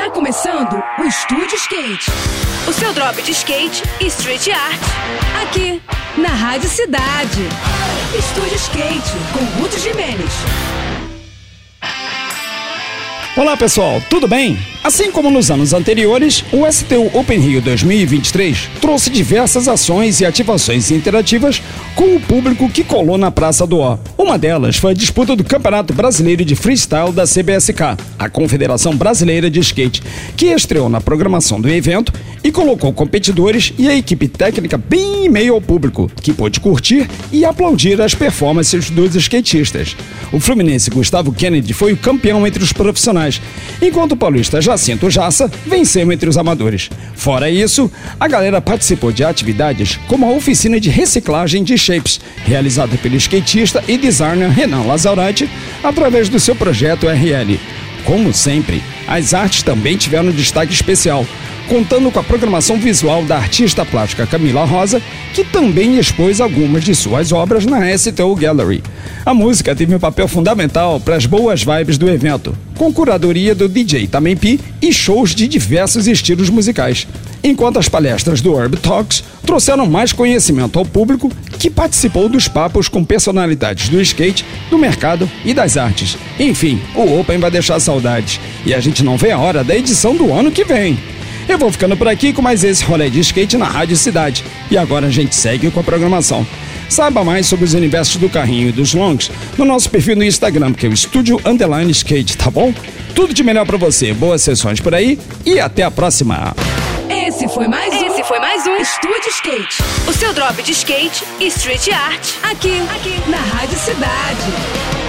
Tá começando o Estúdio Skate. O seu drop de skate e street art. Aqui, na Rádio Cidade. Estúdio Skate, com Ruth Jimenez. Olá pessoal, tudo bem? Assim como nos anos anteriores, o STU Open Rio 2023 trouxe diversas ações e ativações interativas com o público que colou na Praça do Ó. Uma delas foi a disputa do Campeonato Brasileiro de Freestyle da CBSK, a Confederação Brasileira de Skate, que estreou na programação do evento e colocou competidores e a equipe técnica bem em meio ao público, que pôde curtir e aplaudir as performances dos skatistas. O fluminense Gustavo Kennedy foi o campeão entre os profissionais, enquanto o paulista Jacinto Jassa venceu entre os amadores. Fora isso, a galera participou de atividades como a oficina de reciclagem de shapes, realizada pelo skatista e designer Renan Lazarati, através do seu projeto RL. Como sempre, as artes também tiveram destaque especial, contando com a programação visual da artista plástica Camila Rosa, que também expôs algumas de suas obras na STU Gallery. A música teve um papel fundamental para as boas vibes do evento, com curadoria do DJ Tamempi e shows de diversos estilos musicais, enquanto as palestras do Urb Talks trouxeram mais conhecimento ao público que participou dos papos com personalidades do skate, do mercado e das artes. Enfim, o Open vai deixar saudades e a gente não vê a hora da edição do ano que vem. Eu vou ficando por aqui com mais esse rolê de skate na Rádio Cidade. E agora a gente segue com a programação. Saiba mais sobre os universos do carrinho e dos longs no nosso perfil no Instagram, que é o Estúdio_Skate, tá bom? Tudo de melhor pra você, boas sessões por aí e até a próxima! Esse foi mais um Estúdio Skate. O seu drop de skate e street art. Aqui na Rádio Cidade.